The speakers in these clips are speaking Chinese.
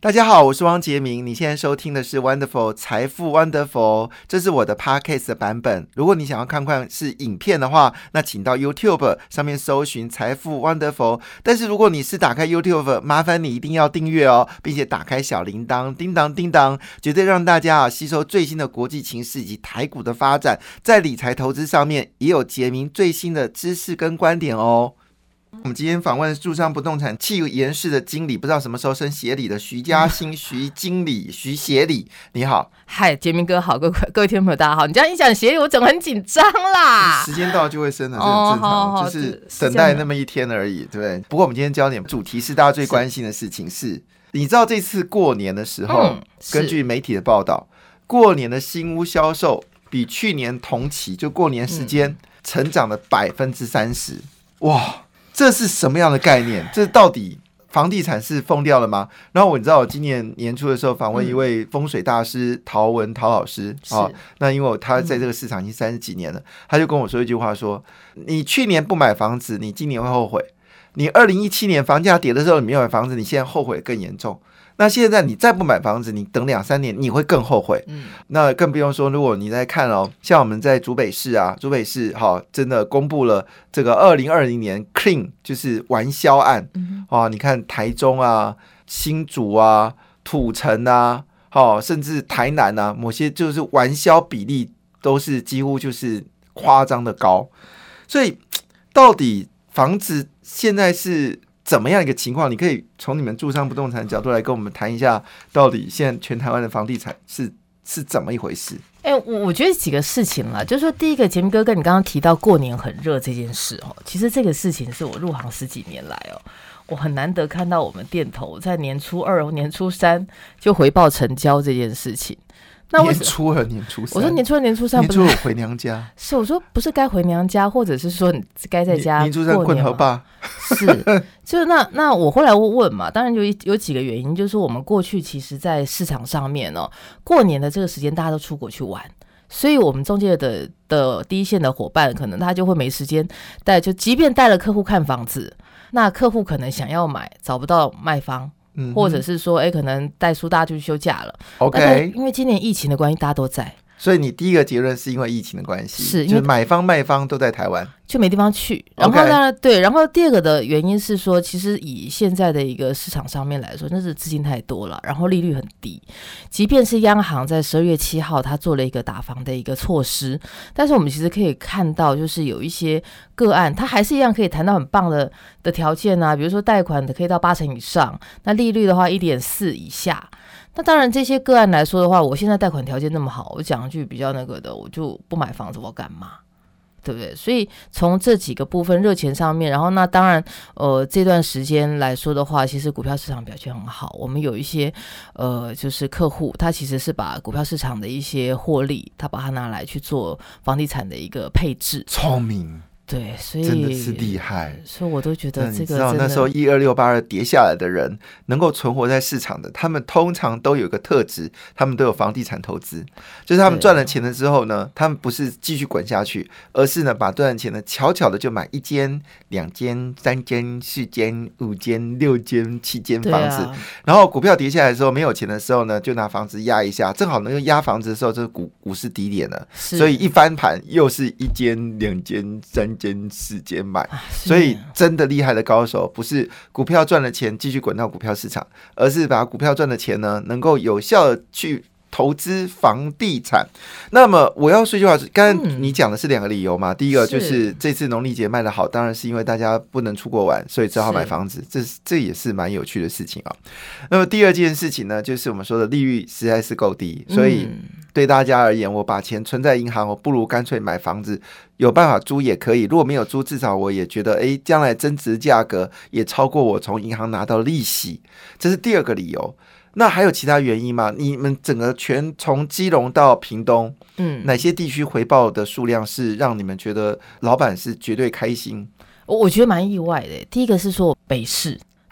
大家好，我是汪杰明，你现在收听的是 Wonderful 财富 Wonderful， 这是我的 Podcast 的版本。如果你想要看看是影片的话，那请到 YouTube 上面搜寻财富 Wonderful。但是如果你是打开 YouTube， 麻烦你一定要订阅哦，并且打开小铃铛，叮当叮当，绝对让大家吸收最新的国际情势以及台股的发展，在理财投资上面也有杰明最新的知识跟观点哦。我们今天访问住商不动产企研室的经理，不知道什么时候升协理的徐嘉欣徐经理徐协理，你好。 嗨，杰明哥好，各位听众朋友大家好。你这样一讲协理，我整个很紧张啦。 时间到就会升的，这很正常，就是等待那么一天而已，对不对？不过我们今天焦点主题是大家最关心的事情是，你知道这次过年的时候，根据媒体的报道，过年的新屋销售比去年同期就过年时间成长了30%，哇！这是什么样的概念？这到底房地产是疯掉了吗？然后你知道我今年年初的时候访问一位风水大师陶文陶老师那因为他在这个市场已经30几年了，他就跟我说一句话说，你去年不买房子，你今年会后悔；你2017年房价跌的时候你没有买房子，你现在后悔更严重。那现在你再不买房子，你等2-3年你会更后悔。那更不用说如果你在看像我们在竹北市真的公布了这个2020年 Clean 就是完销案你看台中啊、新竹啊、土城啊甚至台南啊，某些就是完销比例都是几乎就是夸张的高。所以到底房子现在是怎么样一个情况？你可以从你们住商不动产的角度来跟我们谈一下，到底现在全台湾的房地产是怎么一回事？ 我觉得几个事情啦，就是说第一个，杰明哥跟你刚刚提到过年很热这件事其实这个事情是我入行10几年来我很难得看到我们店头在年初2、年初3就回报成交这件事情。那年初2、年初3， 我说年初2、年初3， 年初2回娘家， 是我说不是该回娘家，或者是说你该在家过年。 年初3棍和爸， 是，就是那我后来问嘛，当然有几个原因，就是我们过去其实在市场上面过年的这个时间大家都出国去玩，所以我们中介的第一线的伙伴可能他就会没时间带，就即便带了客户看房子，那客户可能想要买找不到卖方。或者是说可能带书大家就去休假了 OK， 因为今年疫情的关系大家都在， 所以你第一个结论是因为疫情的关系，是就是买方卖方都在台湾， 就没地方去。然后呢，对，然后第二个的原因是说，其实以现在的一个市场上面来说，那是资金太多了，然后利率很低。即便是央行在12月7号他做了一个打房的一个措施，但是我们其实可以看到，就是有一些个案，它还是一样可以谈到很棒的条件啊，比如说贷款的可以到8成以上，那利率的话1.4以下。那当然这些个案来说的话，我现在贷款条件那么好，我讲一句比较那个的，我就不买房子，我干嘛？对不对？所以从这几个部分热钱上面，然后那当然这段时间来说的话，其实股票市场表现很好，我们有一些就是客户他其实是把股票市场的一些获利，他把它拿来去做房地产的一个配置， 聪明， 对，所以真的是厉害。 所以我都觉得这个你知道那时候12682跌下来的人能够存活在市场的，他们通常都有一个特质，他们都有房地产投资，就是他们赚了钱了之后呢，他们不是继续滚下去，而是呢把赚了钱呢巧巧的就买1间、2间、3间、4间、5间、6间、7间房子，然后股票跌下来的时候没有钱的时候呢，就拿房子压一下，正好能够压房子的时候，这股市低点了，所以一翻盘又是1间、2间、3间、4间买，所以真的厉害的高手不是股票赚了钱继续滚到股票市场，而是把股票赚的钱呢能够有效的去投资房地产。那么我要说一句话，刚才你讲的是2个理由嘛，第一个就是这次农历节卖得好，当然是因为大家不能出国玩，所以只好买房子，这也是蛮有趣的事情那么第二件事情呢，就是我们说的利率实在是够低，所以对大家而言，我把钱存在银行，我不如干脆买房子，有办法租也可以，如果没有租，至少我也觉得将来增值价格也超过我从银行拿到利息，这是第二个理由。那还有其他原因吗？你们整个从基隆到屏东，哪些地区回报的数量是让你们觉得老板是绝对开心？ 我觉得蛮意外的。第一个是说北市，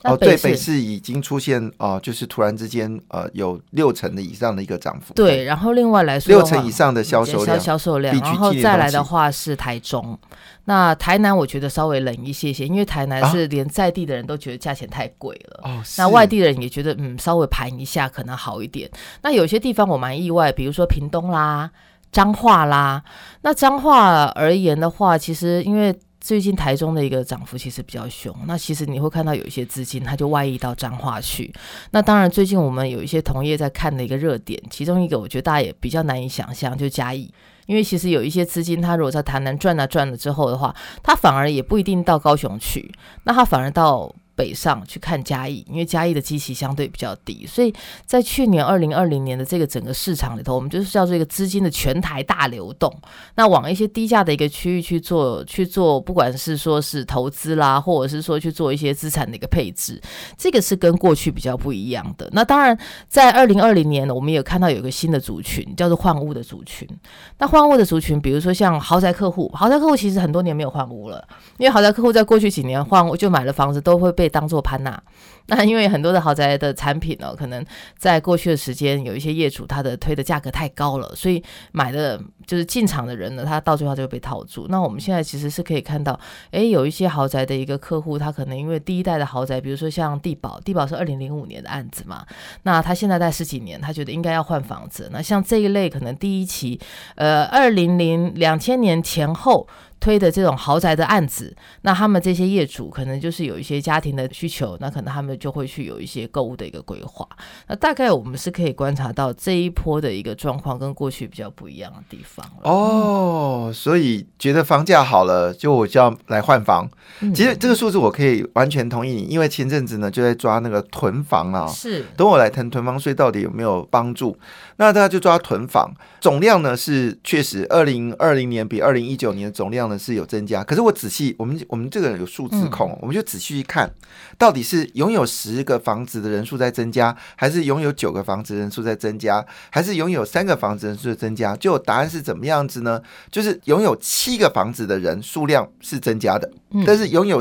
对，北市已经出现就是突然之间有60%以上的一个涨幅。 对，然后另外来说 ，60%以上的销售量， 然后再来的话是台中。那台南我觉得稍微冷一些些，因为台南是连在地的人都觉得价钱太贵了，那外地人也觉得稍微盘一下可能好一点。那有些地方我蛮意外，比如说屏东啦、彰化啦。那彰化而言的话，其实因为最近台中的一个涨幅其实比较凶，那其实你会看到有一些资金它就外溢到彰化去。那当然最近我们有一些同业在看的一个热点，其中一个我觉得大家也比较难以想象，就是嘉义。因为其实有一些资金它如果在台南赚了之后的话，它反而也不一定到高雄去，那它反而到北上去看嘉义，因为嘉义的基期相对比较低，所以在去年2020年的这个整个市场里头，我们就是叫做一个资金的全台大流动，那往一些低价的一个区域去做，不管是说是投资啦，或者是说去做一些资产的一个配置，这个是跟过去比较不一样的。那当然在2020年我们也有看到有一个新的族群叫做换屋的族群。那换屋的族群比如说像豪宅客户其实很多年没有换屋了，因为豪宅客户在过去几年换屋就买了房子都会被当作潘娜。那因为很多的豪宅的产品可能在过去的时间有一些业主他的推的价格太高了，所以买的就是进场的人呢，他到最后就会被套住。那我们现在其实是可以看到有一些豪宅的一个客户，他可能因为第一代的豪宅，比如说像地保是2005年的案子嘛，那他现在在10几年，他觉得应该要换房子。那像这一类可能第一期2000年前后推的这种豪宅的案子，那他们这些业主可能就是有一些家庭的需求，那可能他们就会去有一些购物的一个规划。那大概我们是可以观察到这一波的一个状况跟过去比较不一样的地方所以觉得房价好了，就我就要来换房。其实这个数字我可以完全同意你，因为前阵子呢就在抓那个囤房啊， 是等我来谈囤房税到底有没有帮助。那大家就抓囤房总量呢，是确实2020年比2019年的总量呢是有增加。可是我仔细我们这个人有数字控，我们就仔细去看，到底是拥有10个房子的人数在增加，还是拥有9个房子的人数在增加，还是拥有3个房子的人数在增加？就答案是怎么样子呢？就是拥有7个房子的人数量是增加的，但是拥有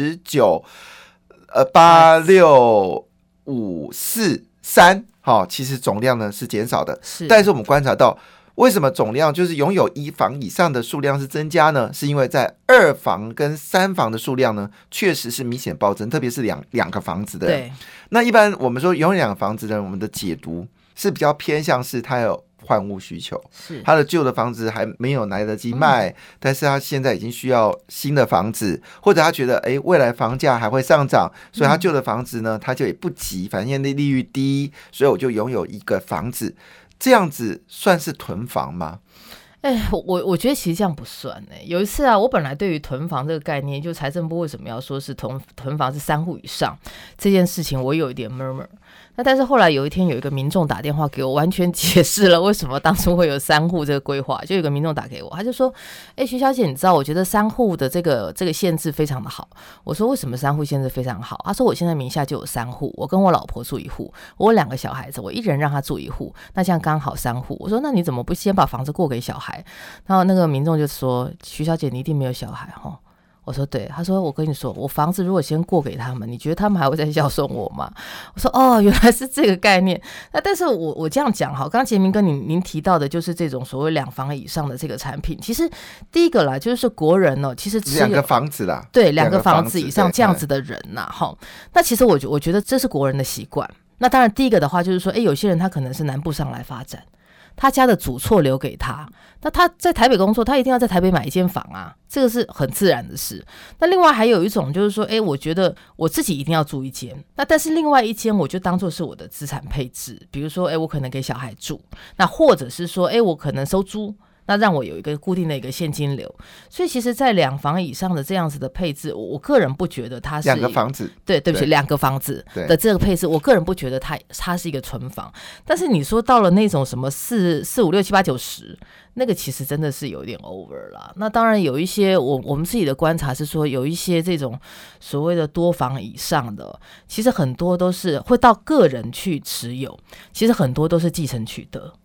19、8、6、5、4、3其实总量呢是减少的。但是我们观察到，为什么总量就是拥有1房以上的数量是增加呢？是因为在2房跟3房的数量呢确实是明显暴增，特别是两个房子的人。那一般我们说拥有2个房子的人，我们的解读是比较偏向是他有换屋需求，他的旧的房子还没有来得及卖，但是他现在已经需要新的房子，或者他觉得未来房价还会上涨，所以他旧的房子呢他就也不急，反正现在利率低，所以我就拥有1个房子。这样子算是囤房吗？ 我觉得其实这样不算有一次我本来对于囤房这个概念，就财政部为什么要说是囤房是3户以上这件事情，我有一点 murmur。那但是后来有一天有一个民众打电话给我，完全解释了为什么当初会有3户这个规划。就有一个民众打给我，他就说徐小姐，你知道我觉得3户的这个限制非常的好。我说为什么3户限制非常好？他说我现在名下就有3户，我跟我老婆住1户，我有2个小孩子，我一人让他住1户，那这样刚好3户。我说那你怎么不先把房子过给小孩？然后那个民众就说徐小姐你一定没有小孩我说对，他说我跟你说，我房子如果先过给他们，你觉得他们还会再孝顺我吗？我说原来是这个概念。那但是我这样讲刚刚杰明哥您提到的就是这种所谓2房以上的这个产品，其实第一个啦就是国人其实只有 2个房子啦， 对，2个房子以上这样子的人那其实我觉得这是国人的习惯。那当然第一个的话就是说有些人他可能是南部上来发展，他家的祖厝留给他，那他在台北工作，他一定要在台北买一间房这个是很自然的事。那另外还有一种就是说我觉得我自己一定要住一间，那但是另外一间我就当作是我的资产配置，比如说我可能给小孩住，那或者是说我可能收租，那让我有一个固定的一个现金流。所以其实在2房以上的这样子的配置，我个人不觉得它是 2个房子， 对不起，2个房子的这个配置，我个人不觉得它是一个存房。但是你说到了那种什么4、5、6、7、8、9、10，那个其实真的是有点 over 啦。那当然有一些我们自己的观察是说，有一些这种所谓的多房以上的，其实很多都是会到个人去持有，其实很多都是继承取得。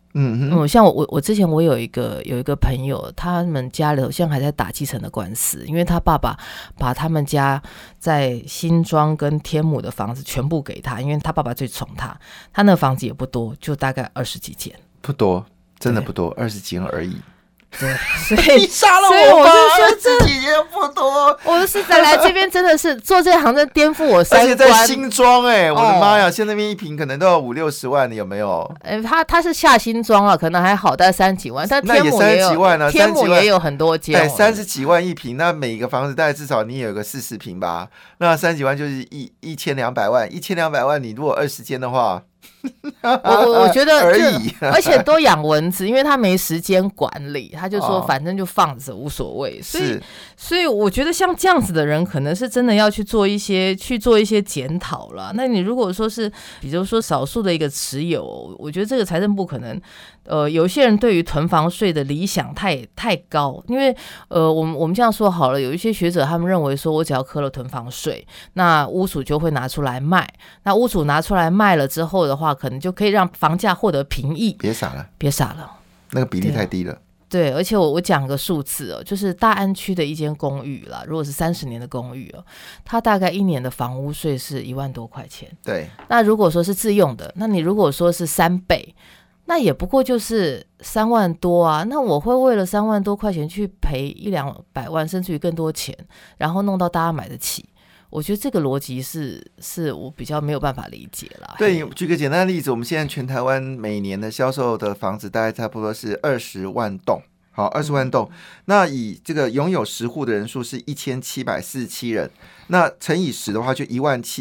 像我之前我有一个朋友，他们家里现在还在打继承的官司，因为他爸爸把他们家在新庄跟天母的房子全部给他，因为他爸爸最宠他，他那个房子也不多，就大概20几间， 不多，真的不多，20几间而已。 对，所以你杀了我吧！20几间不多， 我是在来这边真的是做这行，真颠覆我三观。 而且在新庄我的妈呀！现在那边一坪可能都要50-60万，你有没有？ 他是下新庄了，可能还好，大概30几万，但天母也有 30几万啊， 天母也有很多间 ，30几万一坪，那每一个房子大概至少你也有个40坪吧？那30几万就是1200万，1200万，你如果20间的话。 我觉得而已， 而且都养蚊子，因为他没时间管理，他就说反正就放着无所谓，所以我觉得像这样子的人，可能是真的要去做一些检讨了。那你如果说是，比如说少数的一个持有，我觉得这个财政部可能，有些人对于囤房税的理想太高，因为我们这样说好了，有一些学者他们认为说，我只要课了囤房税，那屋主就会拿出来卖，那屋主拿出来卖了之后的话，可能就可以让房价获得平抑。别傻了， 那个比例太低了。 对，而且我讲个数字就是大安区的一间公寓啦，如果是30年的公寓它大概1年的房屋税是1万多块钱。 对， 那如果说是自用的，那你如果说是3倍，那也不过就是3万多啊。那我会为了3万多块钱去赔100-200万，甚至于更多钱，然后弄到大家买得起。我觉得这个逻辑是我比较没有办法理解啦。 对，举个简单的例子，我们现在全台湾每年的销售的房子大概差不多是20万栋，好，20万栋。那以这个拥有10户的人数是1747人，那乘以10的话，就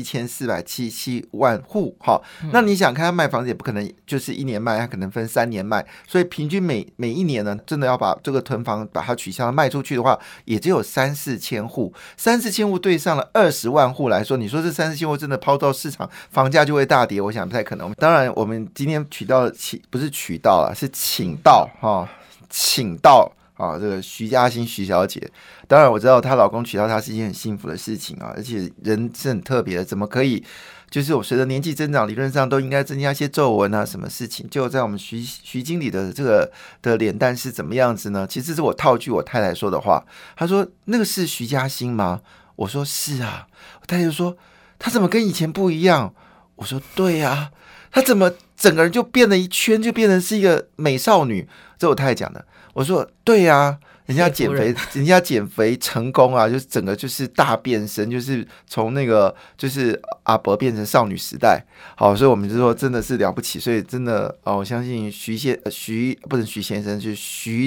17477万户。好，那你想看他卖房子也不可能就是1年卖，他可能分3年卖，所以平均每1年呢，真的要把这个囤房把它取消卖出去的话，也只有3-4千户。3-4千户对上了20万户来说，你说这3-4千户真的抛到市场，房价就会大跌？我想不太可能。当然，我们今天不是取到了，是请到这个徐嘉欣徐小姐，当然我知道她老公娶到她是一件很幸福的事情而且人是很特别的，怎么可以就是我随着年纪增长，理论上都应该增加一些皱纹啊，什么事情？就在我们徐经理的这个的脸蛋是怎么样子呢？其实是我套句我太太说的话，她说那个是徐嘉欣吗？我说是啊，我太太就说她怎么跟以前不一样？我说对啊，她怎么整个人就变了一圈，就变成是一个美少女？这我太太讲的。我说对啊，人家减肥成功啊，就是整个就是大变身，就是从那个就是阿伯变成少女时代。好，所以我们就说真的是了不起，所以真的我相信徐先生，就是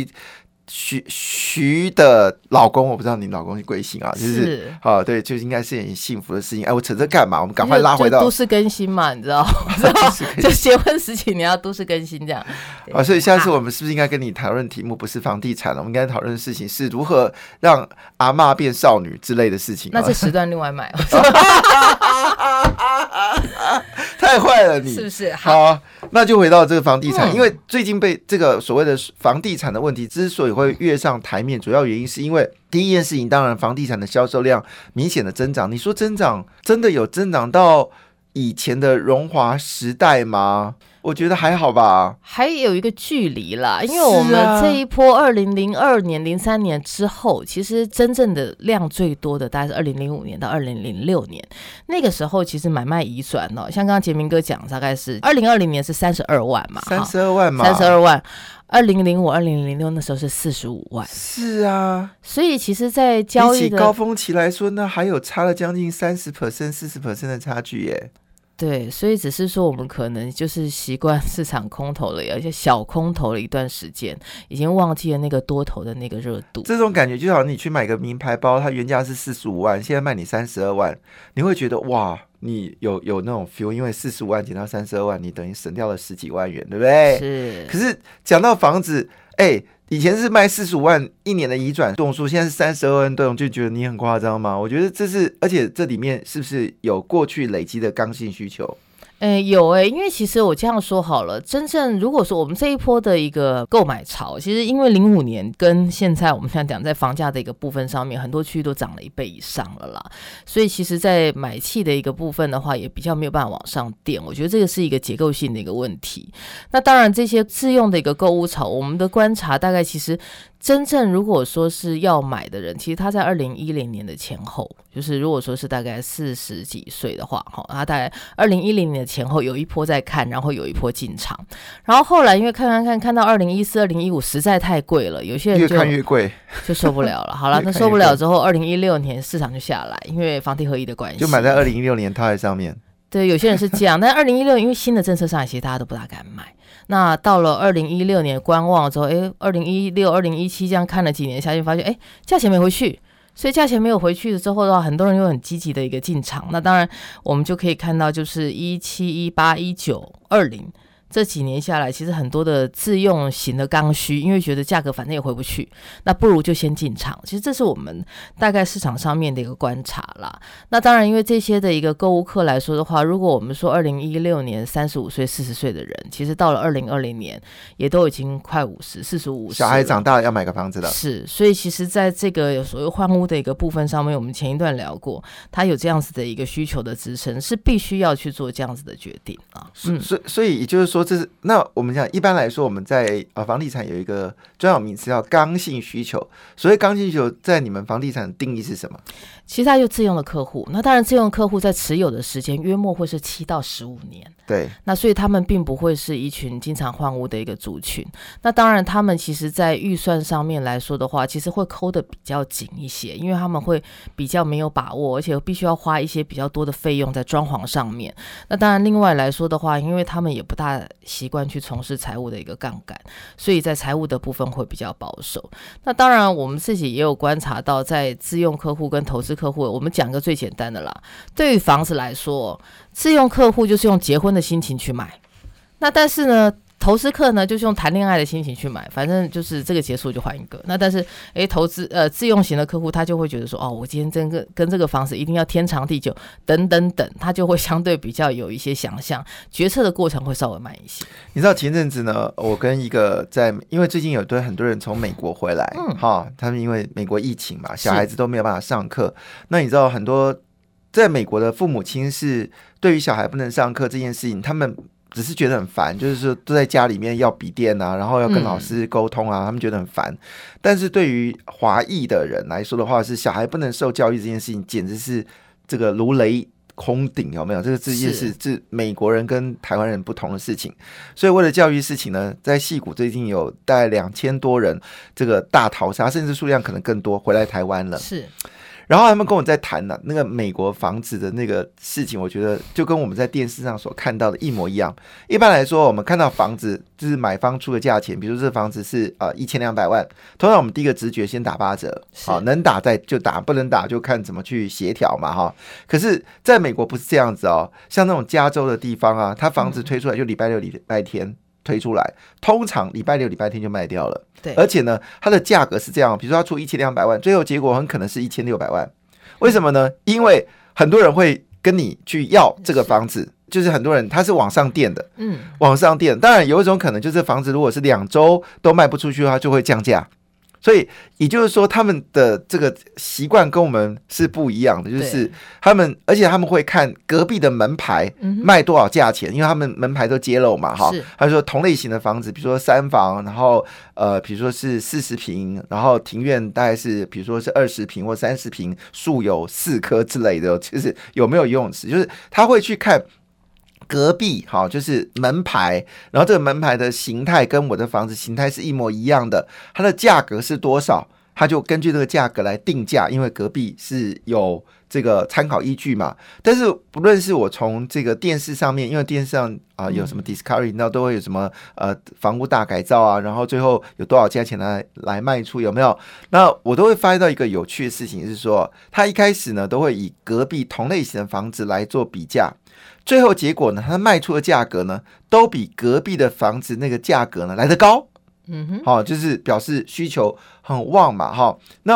徐的老公，我不知道你老公是贵姓啊，就是对，就应该是很幸福的事情。我扯这干嘛？我们赶快拉回到都市更新嘛，你知道就结婚10几年要都市更新这样。 所以下次我们是不是应该跟你讨论题目不是房地产了？我们应该讨论的事情是如何让阿嬷变少女之类的事情。 那这时段另外买。 太坏了你， 是不是？ 好，那就回到这个房地产，因为最近被这个所谓的房地产的问题之所以会跃上台面，主要原因是因为第一件事情，当然房地产的销售量明显的增长。你说增长真的有增长到以前的荣华时代吗？我觉得还好吧， 还有一个距离啦，因为我们这一波2002年、03年之后，其实真正的量最多的大概是2005年到2006年，那个时候其实买卖移转像刚刚杰明哥讲，大概是2020年是32万嘛 ，32万嘛 ，32万。2005、2006那时候是45万， 是啊， 所以其实，在交易的比起高峰期来说，那还有差了将近30%、40% 的差距耶。 对，所以只是说我们可能就是习惯市场空头了，而且小空头了一段时间，已经忘记了那个多头的那个热度。 这种感觉就好像你去买个名牌包，它原价是45万，现在卖你32万，你会觉得哇，你有那种 feel， 因为45万减到32万，你等于省掉了10几万元，对不对？ 是。 可是讲到房子，以前是卖45万一年的移转栋数，现在是32万栋，就觉得你很夸张吗？我觉得这是，而且这里面是不是有过去累积的刚性需求？ 有因为其实我这样说好了，真正如果说我们这一波的一个购买潮，其实因为05年跟现在我们现在讲在房价的一个部分上面，很多区域都涨了1倍以上了啦，所以其实在买气的一个部分的话，也比较没有办法往上垫，我觉得这个是一个结构性的一个问题。那当然这些自用的一个购物潮，我们的观察大概其实真正如果说是要买的人，其实他在2010年的前后，就是如果说是大概40几岁的话，他大概2010年的前后有一波在看，然后有一波进场，然后后来因为看到2014、2015实在太贵了，有些人就越看越贵， 就受不了了。好了，那受不了之后，2016年市场就下来，因为房地合一的关系， 就买在2016年套在上面。 对，有些人是这样，但2016因为新的政策上来，其实大家都不大敢买。那到了2016年观望之后，2016、2017这样看了几年下去，发现价钱没回去，所以价钱没有回去了之后的话，很多人又很积极的一个进场。那当然我们就可以看到，就是17、18、19、20这几年下来，其实很多的自用型的刚需，因为觉得价格反正也回不去，那不如就先进场。其实这是我们大概市场上面的一个观察啦。那当然因为这些的一个购物客来说的话，如果我们说2016年35岁40岁的人，其实到了2020年也都已经快50 45 50， 小孩长大了要买个房子了。 是，所以其实在这个所谓换屋的一个部分上面，我们前一段聊过，他有这样子的一个需求的支撑，是必须要去做这样子的决定啊。 所以也就是说，那我们讲一般来说，我们在房地产有一个专有名词叫刚性需求。所谓刚性需求，在你们房地产的定义是什么？ 其实它就自用的客户，那当然自用客户在持有的时间约莫会是7到15年。 对， 那所以他们并不会是一群经常换屋的一个族群。那当然他们其实在预算上面来说的话，其实会抠得比较紧一些，因为他们会比较没有把握，而且必须要花一些比较多的费用在装潢上面。那当然另外来说的话，因为他们也不大习惯去从事财务的一个杠杆，所以在财务的部分会比较保守。那当然我们自己也有观察到，在自用客户跟投资客户，我们讲个最简单的啦，对于房子来说，自用客户就是用结婚的心情去买，那但是呢投资客呢就是用谈恋爱的心情去买，反正就是这个结束就换一个。那但是自用型的客户他就会觉得说，我今天跟这个房子一定要天长地久等等等，他就会相对比较有一些想象，决策的过程会稍微慢一些。 你知道前阵子呢，我跟一个因为最近有很多人从美国回来，他们因为美国疫情嘛，小孩子都没有办法上课。那你知道很多在美国的父母亲是对于小孩不能上课这件事情，他们只是觉得很烦，就是说都在家里面要笔电啊，然后要跟老师沟通啊，他们觉得很烦。但是对于华裔的人来说的话，是小孩不能受教育这件事情，简直是这个如雷空顶，有没有？这件事是美国人跟台湾人不同的事情。所以为了教育事情呢，在矽谷最近有大概2000多人这个大逃杀，甚至数量可能更多，回来台湾了。 是。 然后他们跟我在谈那个美国房子的那个事情，我觉得就跟我们在电视上所看到的一模一样。一般来说，我们看到房子就是买方出的价钱，比如说这房子是1200万，通常我们第一个直觉先打8折，能打就打，不能打就看怎么去协调嘛。可是在美国不是这样子哦，像那种加州的地方啊，它房子推出来就礼拜六礼拜天推出来，通常礼拜六礼拜天就卖掉了。 对， 而且呢，它的价格是这样，比如说它出1200万，最后结果很可能是1600万。为什么呢？因为很多人会跟你去要这个房子，就是很多人他是往上垫的，往上垫。当然有一种可能就是房子如果是2周都卖不出去的话，就会降价。所以也就是说，他们的这个习惯跟我们是不一样的，就是而且他们会看隔壁的门牌卖多少价钱，因为他们门牌都揭露嘛，他说同类型的房子，比如说3房，然后比如说是40坪，然后庭院大概是比如说是20坪或30坪，树有4棵之类的，就是有没有游泳池，就是他会去看隔壁就是门牌，然后这个门牌的形态跟我的房子形态是一模一样的，它的价格是多少，他就根据这个价格来定价，因为隔壁是有这个参考依据嘛。但是不论是我从这个电视上面，因为电视上有什么 Discovery， 那都会有什么房屋大改造啊，然后最后有多少价钱来卖出，有没有？那我都会发现到一个有趣的事情是说，他一开始呢都会以隔壁同类型的房子来做比价。最后结果呢，它卖出的价格呢，都比隔壁的房子那个价格呢来得高，就是表示需求很旺嘛，那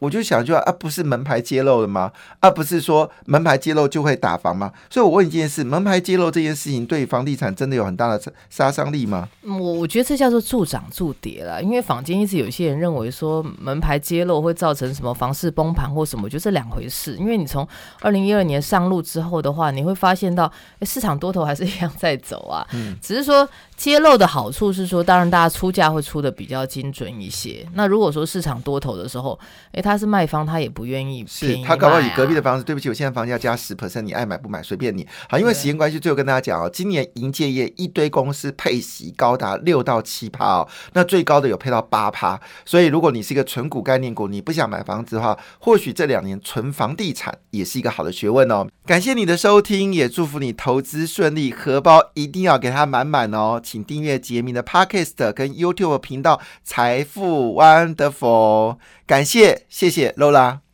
我就想不是门牌揭露了吗？不是说门牌揭露就会打房吗？所以我问你一件事，门牌揭露这件事情对房地产真的有很大的杀伤力吗？ 我觉得这叫做助涨助跌啦，因为坊间一直有些人认为说门牌揭露会造成什么房市崩盘或什么，我觉得这两回事。因为你从2012年上路之后的话，你会发现到市场多头还是一样在走啊，只是说揭露的好处是说，当然大家出价会出的比较精准一些。那如果说市场多头的时候，他是卖方，他也不愿意便宜卖啊， 他搞不好你隔壁的房子，对不起，我现在房价加10%，你爱买不买随便你。好，因为时间关系，最后跟大家讲今年营建业一堆公司配息高达6到7%那最高的有配到8%。所以如果你是一个纯股概念股，你不想买房子的话，或许这2年纯房地产也是一个好的学问哦。感谢你的收听，也祝福你投资顺利，荷包一定要给它满满哦。请订阅杰明的 Podcast 跟 YouTube 频道财富 Wonderful。感谢，谢谢 Lola。